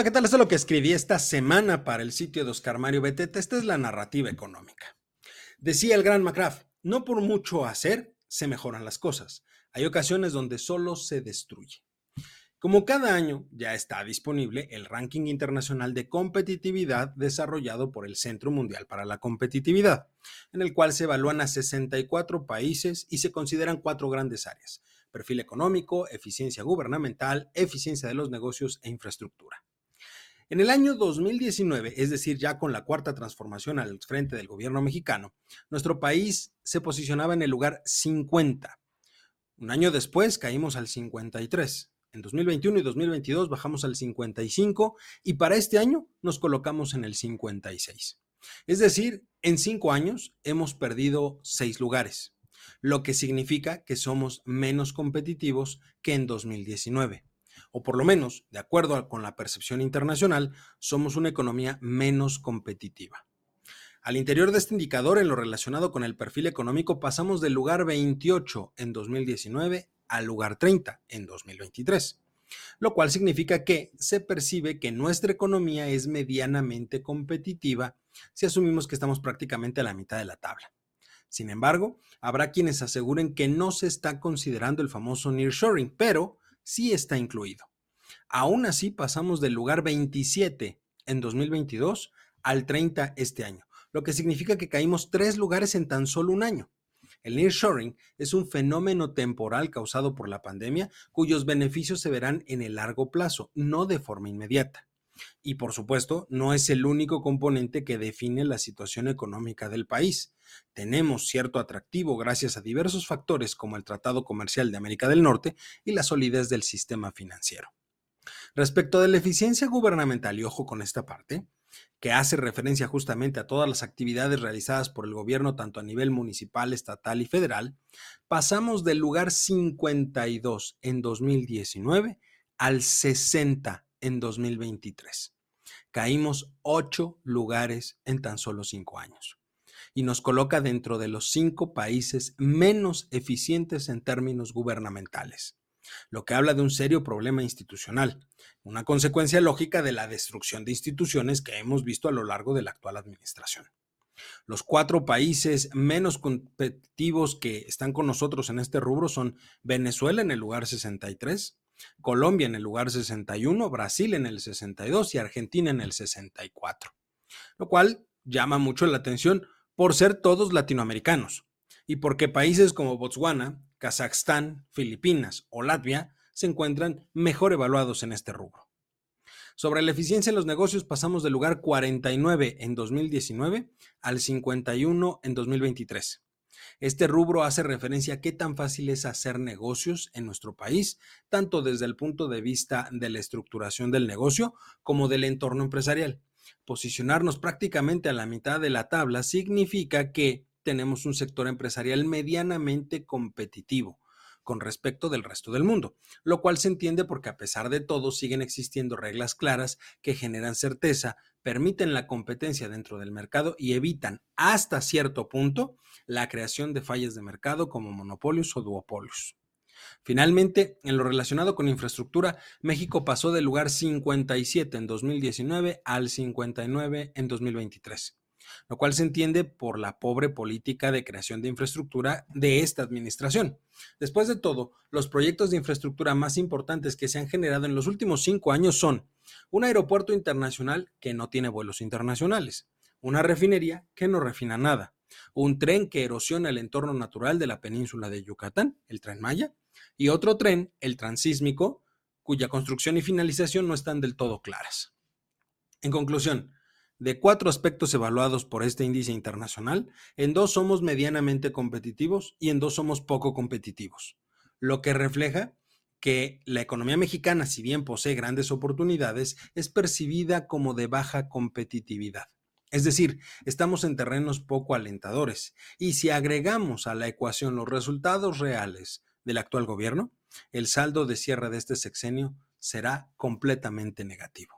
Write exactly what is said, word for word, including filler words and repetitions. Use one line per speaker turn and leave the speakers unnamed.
¿qué tal? Esto es lo que escribí esta semana para el sitio de Oscar Mario Beteta. Esta es la narrativa económica. Decía el gran McGrath, no por mucho hacer se mejoran las cosas. Hay ocasiones donde solo se destruye. Como cada año ya está disponible el ranking internacional de competitividad desarrollado por el Centro Mundial para la Competitividad, en el cual se evalúan a sesenta y cuatro países y se consideran cuatro grandes áreas: perfil económico, eficiencia gubernamental, eficiencia de los negocios e infraestructura. En el año dos mil diecinueve, es decir, ya con la cuarta transformación al frente del gobierno mexicano, nuestro país se posicionaba en el lugar cincuenta. Un año después caímos al cincuenta y tres. En dos mil veintiuno y dos mil veintidós bajamos al cincuenta y cinco y para este año nos colocamos en el cincuenta y seis. Es decir, en cinco años hemos perdido seis lugares, lo que significa que somos menos competitivos que en dos mil diecinueve. O por lo menos, de acuerdo con la percepción internacional, somos una economía menos competitiva. Al interior de este indicador, en lo relacionado con el perfil económico, pasamos del lugar veintiocho en dos mil diecinueve al lugar treinta en dos mil veintitrés, lo cual significa que se percibe que nuestra economía es medianamente competitiva si asumimos que estamos prácticamente a la mitad de la tabla. Sin embargo, habrá quienes aseguren que no se está considerando el famoso nearshoring, pero sí está incluido. Aún así, pasamos del lugar veintisiete en dos mil veintidós al treinta este año, lo que significa que caímos tres lugares en tan solo un año. El nearshoring es un fenómeno temporal causado por la pandemia cuyos beneficios se verán en el largo plazo, no de forma inmediata. Y por supuesto, no es el único componente que define la situación económica del país. Tenemos cierto atractivo gracias a diversos factores como el Tratado Comercial de América del Norte y la solidez del sistema financiero. Respecto de la eficiencia gubernamental, y ojo con esta parte, que hace referencia justamente a todas las actividades realizadas por el gobierno tanto a nivel municipal, estatal y federal, pasamos del lugar cincuenta y dos en dos mil diecinueve al sesenta en dos mil veintitrés. Caímos ocho lugares en tan solo cinco años y nos coloca dentro de los cinco países menos eficientes en términos gubernamentales, lo que habla de un serio problema institucional, una consecuencia lógica de la destrucción de instituciones que hemos visto a lo largo de la actual administración. Los cuatro países menos competitivos que están con nosotros en este rubro son Venezuela en el lugar sesenta y tres, Colombia en el lugar sesenta y uno, Brasil en el sesenta y dos y Argentina en el sesenta y cuatro, lo cual llama mucho la atención por ser todos latinoamericanos y porque países como Botswana, Kazajstán, Filipinas o Latvia se encuentran mejor evaluados en este rubro. Sobre la eficiencia en los negocios pasamos del lugar cuarenta y nueve en dos mil diecinueve al cincuenta y uno en dos mil veintitrés. Este rubro hace referencia a qué tan fácil es hacer negocios en nuestro país, tanto desde el punto de vista de la estructuración del negocio como del entorno empresarial. Posicionarnos prácticamente a la mitad de la tabla significa que tenemos un sector empresarial medianamente competitivo con respecto del resto del mundo, lo cual se entiende porque a pesar de todo siguen existiendo reglas claras que generan certeza, permiten la competencia dentro del mercado y evitan hasta cierto punto la creación de fallas de mercado como monopolios o duopolios. Finalmente, en lo relacionado con infraestructura, México pasó del lugar cincuenta y siete en dos mil diecinueve al cincuenta y nueve en dos mil veintitrés, lo cual se entiende por la pobre política de creación de infraestructura de esta administración. Después de todo, los proyectos de infraestructura más importantes que se han generado en los últimos cinco años son un aeropuerto internacional que no tiene vuelos internacionales, una refinería que no refina nada, un tren que erosiona el entorno natural de la península de Yucatán, el Tren Maya, y otro tren, el transísmico, cuya construcción y finalización no están del todo claras. En conclusión, de cuatro aspectos evaluados por este índice internacional, en dos somos medianamente competitivos y en dos somos poco competitivos, lo que refleja que la economía mexicana, si bien posee grandes oportunidades, es percibida como de baja competitividad. Es decir, estamos en terrenos poco alentadores y si agregamos a la ecuación los resultados reales del actual gobierno, el saldo de cierre de este sexenio será completamente negativo.